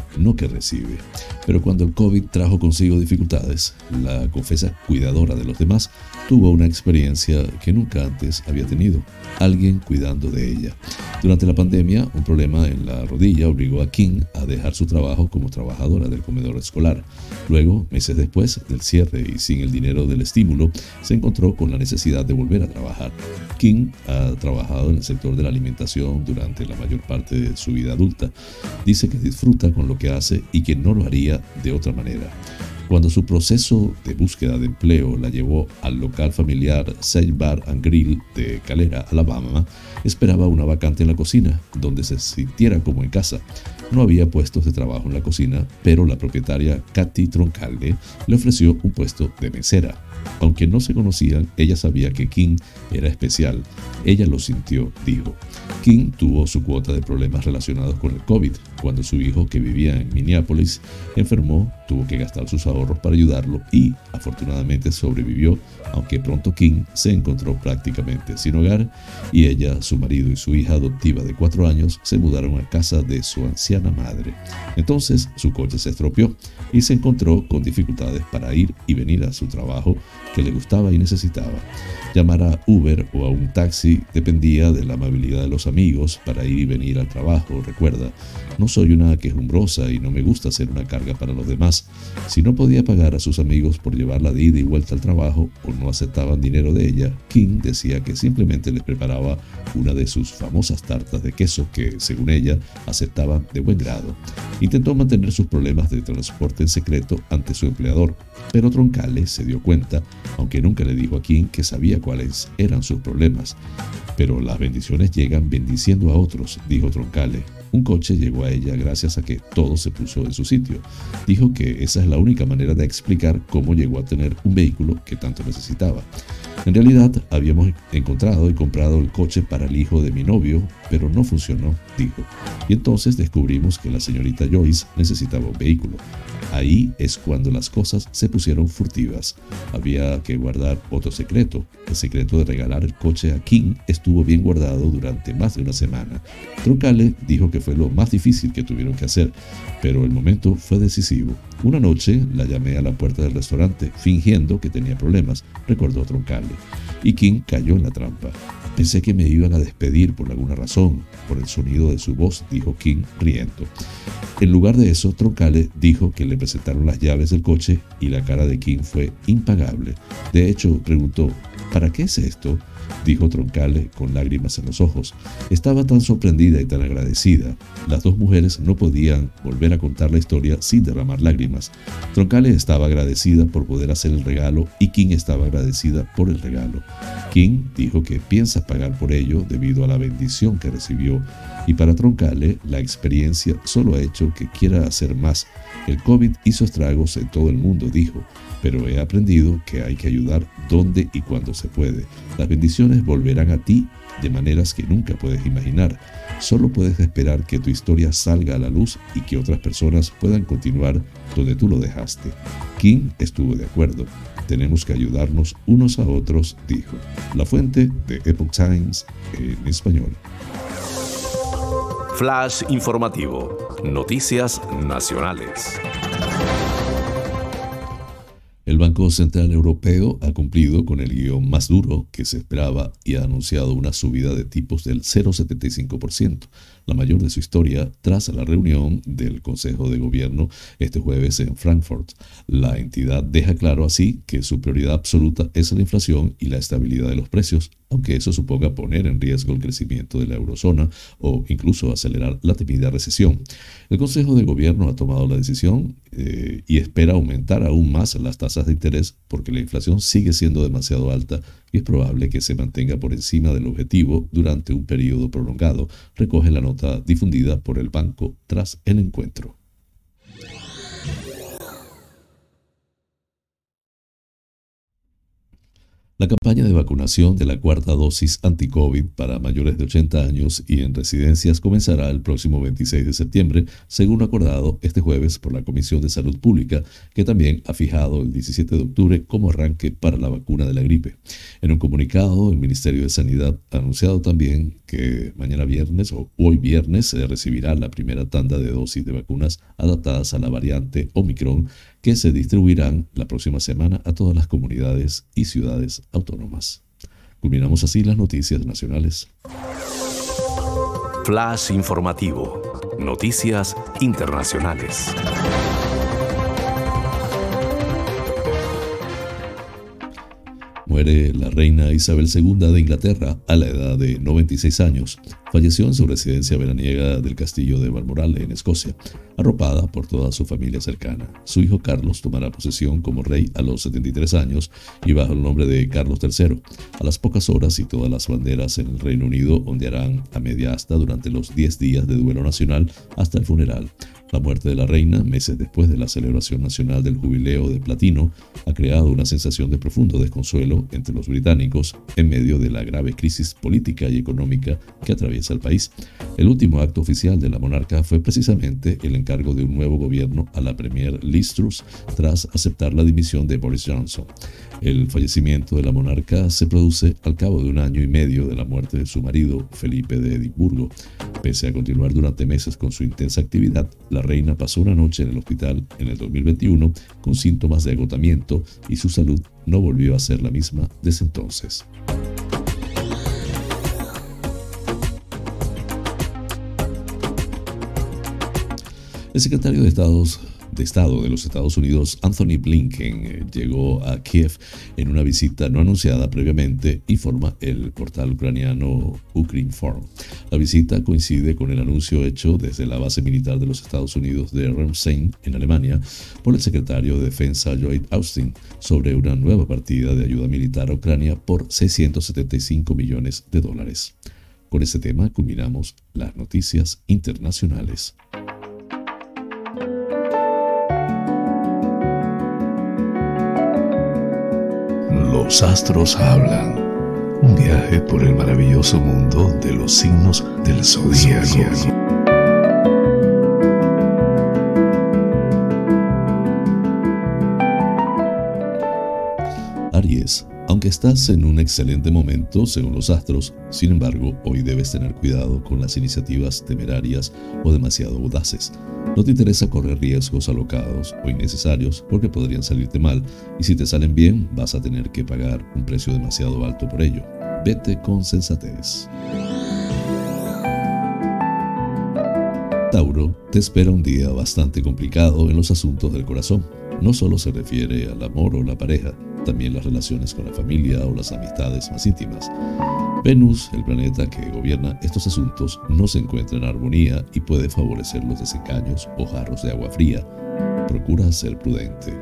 no que recibe. Pero cuando el COVID trajo consigo dificultades, la confesa cuidadora de los demás tuvo una experiencia que nunca antes había tenido: alguien cuidando de ella. Durante la pandemia, un problema en la rodilla obligó a Kim a dejar su trabajo como trabajadora del comedor escolar. Luego, meses después del cierre y sin el dinero del estímulo, se encontró con la necesidad de volver a trabajar. Kim ha trabajado en el sector de la alimentación durante la mayor parte de su vida adulta. Dice que disfruta con lo que hace y que no lo haría de otra manera. Cuando su proceso de búsqueda de empleo la llevó al local familiar Sage Bar and Grill de Calera, Alabama, esperaba una vacante en la cocina, donde se sintiera como en casa. No había puestos de trabajo en la cocina, pero la propietaria Kathy Troncalde le ofreció un puesto de mesera. Aunque no se conocían, ella sabía que Kim era especial. Ella lo sintió, dijo. Kim tuvo su cuota de problemas relacionados con el COVID. Cuando su hijo, que vivía en Minneapolis, enfermó, tuvo que gastar sus ahorros para ayudarlo y, afortunadamente, sobrevivió, aunque pronto Kim se encontró prácticamente sin hogar y ella, su marido y su hija adoptiva de cuatro años se mudaron a casa de su anciana madre. Entonces, su coche se estropeó y se encontró con dificultades para ir y venir a su trabajo que le gustaba y necesitaba. Llamar a Uber o a un taxi dependía de la amabilidad de los amigos para ir y venir al trabajo. Recuerda, no soy una quejumbrosa y no me gusta ser una carga para los demás. Si no podía pagar a sus amigos por llevarla de ida y vuelta al trabajo o no aceptaban dinero de ella, Kim decía que simplemente les preparaba una de sus famosas tartas de queso que, según ella, aceptaban de buen grado. Intentó mantener sus problemas de transporte en secreto ante su empleador, pero Troncale se dio cuenta, aunque nunca le dijo a Kim que sabía cuáles eran sus problemas. Pero las bendiciones llegan bendiciendo a otros, dijo Troncale. Un coche llegó a ella gracias a que todo se puso en su sitio. Dijo que esa es la única manera de explicar cómo llegó a tener un vehículo que tanto necesitaba. En realidad, habíamos encontrado y comprado el coche para el hijo de mi novio, pero no funcionó, dijo. Y entonces descubrimos que la señorita Joyce necesitaba un vehículo. Ahí es cuando las cosas se pusieron furtivas. Había que guardar otro secreto. El secreto de regalar el coche a Kim estuvo bien guardado durante más de una semana. Troncale dijo que fue lo más difícil que tuvieron que hacer, pero el momento fue decisivo. Una noche la llamé a la puerta del restaurante, fingiendo que tenía problemas, recordó Troncale. Y Kim cayó en la trampa. Pensé que me iban a despedir por alguna razón, por el sonido de su voz, dijo Kim riendo. En lugar de eso, Troncale dijo que le presentaron las llaves del coche y la cara de Kim fue impagable. De hecho, preguntó, ¿para qué es esto?, dijo Troncale con lágrimas en los ojos. Estaba tan sorprendida y tan agradecida. Las dos mujeres no podían volver a contar la historia sin derramar lágrimas. Troncale estaba agradecida por poder hacer el regalo y Kim estaba agradecida por el regalo. Kim dijo que piensa pagar por ello debido a la bendición que recibió, y para Troncale la experiencia solo ha hecho que quiera hacer más. El COVID hizo estragos en todo el mundo, dijo, pero he aprendido que hay que ayudar donde y cuando se puede. Las bendiciones volverán a ti de maneras que nunca puedes imaginar. Solo puedes esperar que tu historia salga a la luz y que otras personas puedan continuar donde tú lo dejaste. Kim estuvo de acuerdo. Tenemos que ayudarnos unos a otros, dijo. La fuente de Epoch Times en español. Flash informativo. Noticias nacionales. El Banco Central Europeo ha cumplido con el guión más duro que se esperaba y ha anunciado una subida de tipos del cero coma setenta y cinco por ciento, la mayor de su historia, tras la reunión del Consejo de Gobierno este jueves en Frankfurt. La entidad deja claro así que su prioridad absoluta es la inflación y la estabilidad de los precios, aunque eso suponga poner en riesgo el crecimiento de la eurozona o incluso acelerar la temida recesión. El Consejo de Gobierno ha tomado la decisión eh, y espera aumentar aún más las tasas de interés porque la inflación sigue siendo demasiado alta y es probable que se mantenga por encima del objetivo durante un periodo prolongado, recoge la nota difundida por el banco tras el encuentro. La campaña de vacunación de la cuarta dosis anti-COVID para mayores de ochenta años y en residencias comenzará el próximo veintiséis de septiembre, según acordado este jueves por la Comisión de Salud Pública, que también ha fijado el diecisiete de octubre como arranque para la vacuna de la gripe. En un comunicado, el Ministerio de Sanidad ha anunciado también que mañana viernes o hoy viernes se recibirá la primera tanda de dosis de vacunas adaptadas a la variante Omicron, que se distribuirán la próxima semana a todas las comunidades y ciudades autónomas. Culminamos así las noticias nacionales. Flash informativo. Noticias internacionales. Muere la reina Isabel segunda de Inglaterra a la edad de noventa y seis años. Falleció en su residencia veraniega del castillo de Balmoral, en Escocia, arropada por toda su familia cercana. Su hijo Carlos tomará posesión como rey a los setenta y tres años y bajo el nombre de Carlos tercero. A las pocas horas y todas las banderas en el Reino Unido ondearán a media asta durante los diez días de duelo nacional hasta el funeral. La muerte de la reina, meses después de la celebración nacional del Jubileo de Platino, ha creado una sensación de profundo desconsuelo entre los británicos en medio de la grave crisis política y económica que atraviesa el país. El último acto oficial de la monarca fue precisamente el encargo de un nuevo gobierno a la premier Liz Truss tras aceptar la dimisión de Boris Johnson. El fallecimiento de la monarca se produce al cabo de un año y medio de la muerte de su marido, Felipe de Edimburgo. Pese a continuar durante meses con su intensa actividad, la reina pasó una noche en el hospital en el dos mil veintiuno con síntomas de agotamiento y su salud no volvió a ser la misma desde entonces. El secretario de Estados de Estado de los Estados Unidos, Anthony Blinken, eh, llegó a Kiev en una visita no anunciada previamente, informa el portal ucraniano Ukrinform. La visita coincide con el anuncio hecho desde la base militar de los Estados Unidos de Ramstein, en Alemania, por el secretario de Defensa Lloyd Austin sobre una nueva partida de ayuda militar a Ucrania por seiscientos setenta y cinco millones de dólares. Con este tema culminamos las noticias internacionales. Los astros hablan. Un viaje por el maravilloso mundo de los signos del zodíaco. Aries, aunque estás en un excelente momento según los astros, sin embargo, hoy debes tener cuidado con las iniciativas temerarias o demasiado audaces. No te interesa correr riesgos alocados o innecesarios porque podrían salirte mal, y si te salen bien vas a tener que pagar un precio demasiado alto por ello. Vete con sensatez. Tauro, te espera un día bastante complicado en los asuntos del corazón. No solo se refiere al amor o la pareja, también las relaciones con la familia o las amistades más íntimas. Venus, el planeta que gobierna estos asuntos, no se encuentra en armonía y puede favorecer los desengaños o jarros de agua fría. Procura ser prudente.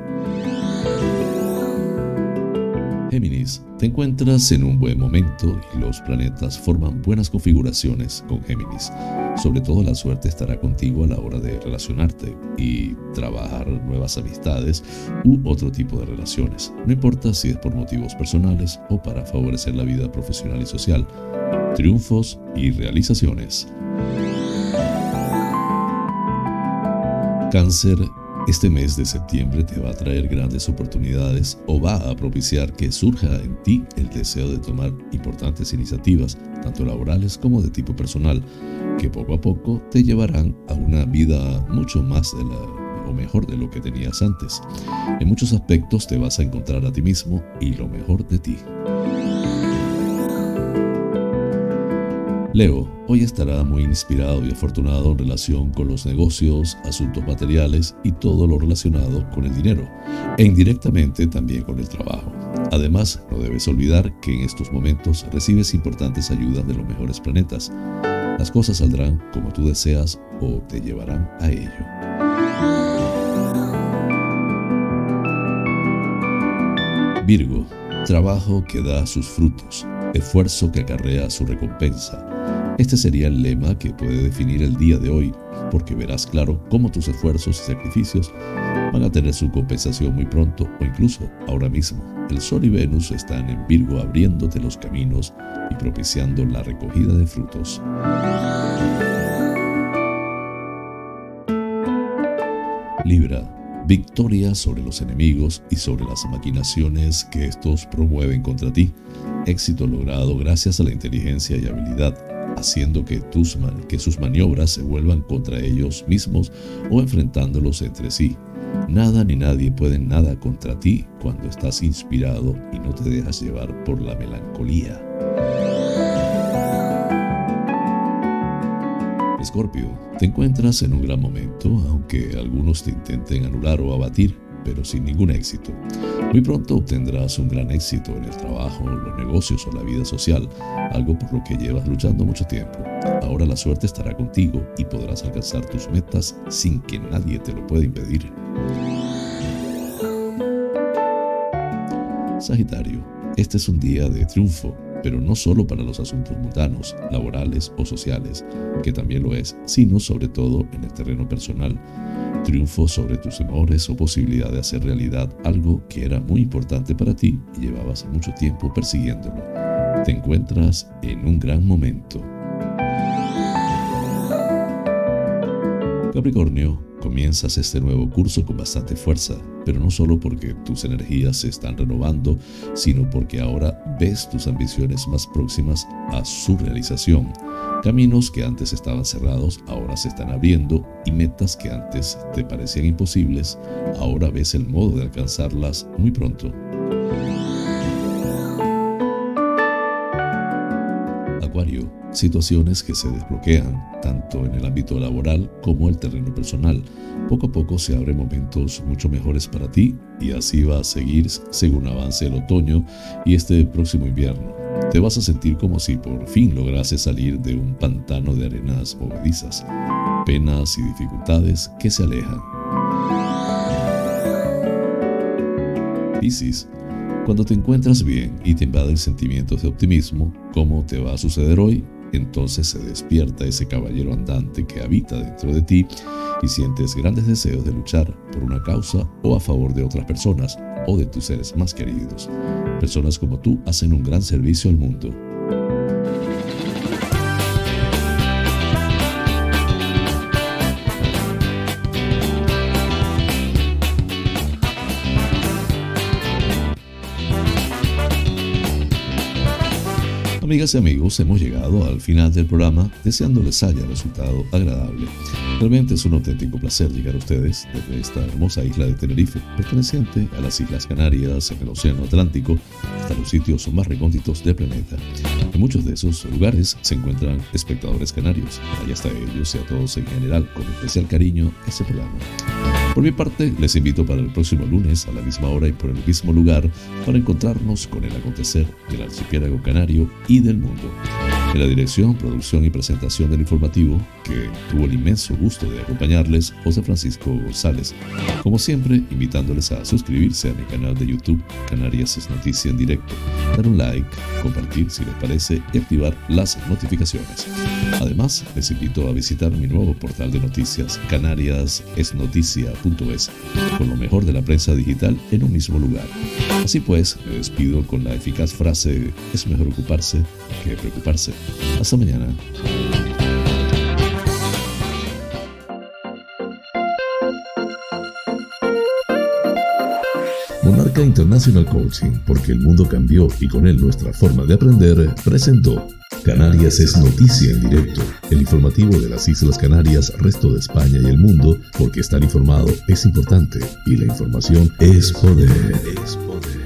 Géminis, te encuentras en un buen momento y los planetas forman buenas configuraciones con Géminis. Sobre todo la suerte estará contigo a la hora de relacionarte y trabajar nuevas amistades u otro tipo de relaciones. No importa si es por motivos personales o para favorecer la vida profesional y social. Triunfos y realizaciones. Cáncer, este mes de septiembre te va a traer grandes oportunidades o va a propiciar que surja en ti el deseo de tomar importantes iniciativas, tanto laborales como de tipo personal, que poco a poco te llevarán a una vida mucho más de la, o mejor de lo que tenías antes. En muchos aspectos te vas a encontrar a ti mismo y lo mejor de ti. Leo, hoy estará muy inspirado y afortunado en relación con los negocios, asuntos materiales y todo lo relacionado con el dinero, e indirectamente también con el trabajo. Además, no debes olvidar que en estos momentos recibes importantes ayudas de los mejores planetas. Las cosas saldrán como tú deseas o te llevarán a ello. Virgo, trabajo que da sus frutos, esfuerzo que acarrea su recompensa. Este sería el lema que puede definir el día de hoy, porque verás claro cómo tus esfuerzos y sacrificios van a tener su compensación muy pronto o incluso ahora mismo. El Sol y Venus están en Virgo abriéndote los caminos y propiciando la recogida de frutos. Libra. Victoria sobre los enemigos y sobre las maquinaciones que estos promueven contra ti. Éxito logrado gracias a la inteligencia y habilidad, haciendo que, tus man- que sus maniobras se vuelvan contra ellos mismos o enfrentándolos entre sí. Nada ni nadie pueden nada contra ti cuando estás inspirado y no te dejas llevar por la melancolía. Escorpio, te encuentras en un gran momento, aunque algunos te intenten anular o abatir, pero sin ningún éxito. Muy pronto obtendrás un gran éxito en el trabajo, los negocios o la vida social, algo por lo que llevas luchando mucho tiempo. Ahora la suerte estará contigo y podrás alcanzar tus metas sin que nadie te lo pueda impedir. Sagitario, este es un día de triunfo, pero no solo para los asuntos mundanos, laborales o sociales, que también lo es, sino sobre todo en el terreno personal. Triunfo sobre tus temores o posibilidad de hacer realidad algo que era muy importante para ti y llevabas mucho tiempo persiguiéndolo. Te encuentras en un gran momento. Capricornio, comienzas este nuevo curso con bastante fuerza, pero no solo porque tus energías se están renovando, sino porque ahora ves tus ambiciones más próximas a su realización. Caminos que antes estaban cerrados ahora se están abriendo y metas que antes te parecían imposibles, ahora ves el modo de alcanzarlas muy pronto. Acuario, situaciones que se desbloquean, tanto en el ámbito laboral como el terreno personal. Poco a poco se abren momentos mucho mejores para ti y así va a seguir según avance el otoño y este próximo invierno. Te vas a sentir como si por fin lograses salir de un pantano de arenas movedizas, penas y dificultades que se alejan. Piscis, cuando te encuentras bien y te invaden sentimientos de optimismo, ¿cómo te va a suceder hoy? Entonces se despierta ese caballero andante que habita dentro de ti y sientes grandes deseos de luchar por una causa o a favor de otras personas o de tus seres más queridos. Personas como tú hacen un gran servicio al mundo. Amigas y amigos, hemos llegado al final del programa, deseándoles haya resultado agradable. Realmente es un auténtico placer llegar a ustedes desde esta hermosa isla de Tenerife, perteneciente a las Islas Canarias en el Océano Atlántico, hasta los sitios más recónditos del planeta. En muchos de esos lugares se encuentran espectadores canarios. Allá está ellos y a todos en general, con especial cariño, este programa. Por mi parte, les invito para el próximo lunes a la misma hora y por el mismo lugar para encontrarnos con el acontecer del archipiélago canario y del mundo. En la dirección, producción y presentación del informativo, que tuvo el inmenso gusto de acompañarles, José Francisco González. Como siempre, invitándoles a suscribirse a mi canal de YouTube, Canarias es Noticia en Directo, dar un like, compartir si les parece y activar las notificaciones. Además, les invito a visitar mi nuevo portal de noticias, canarias es noticia punto es, con lo mejor de la prensa digital en un mismo lugar. Así pues, me despido con la eficaz frase: es mejor ocuparse que preocuparse. Hasta mañana. Monarca International Coaching, porque el mundo cambió y con él nuestra forma de aprender, presentó Canarias es Noticia en Directo, el informativo de las Islas Canarias, resto de España y el mundo, porque estar informado es importante y la información es poder. Es poder.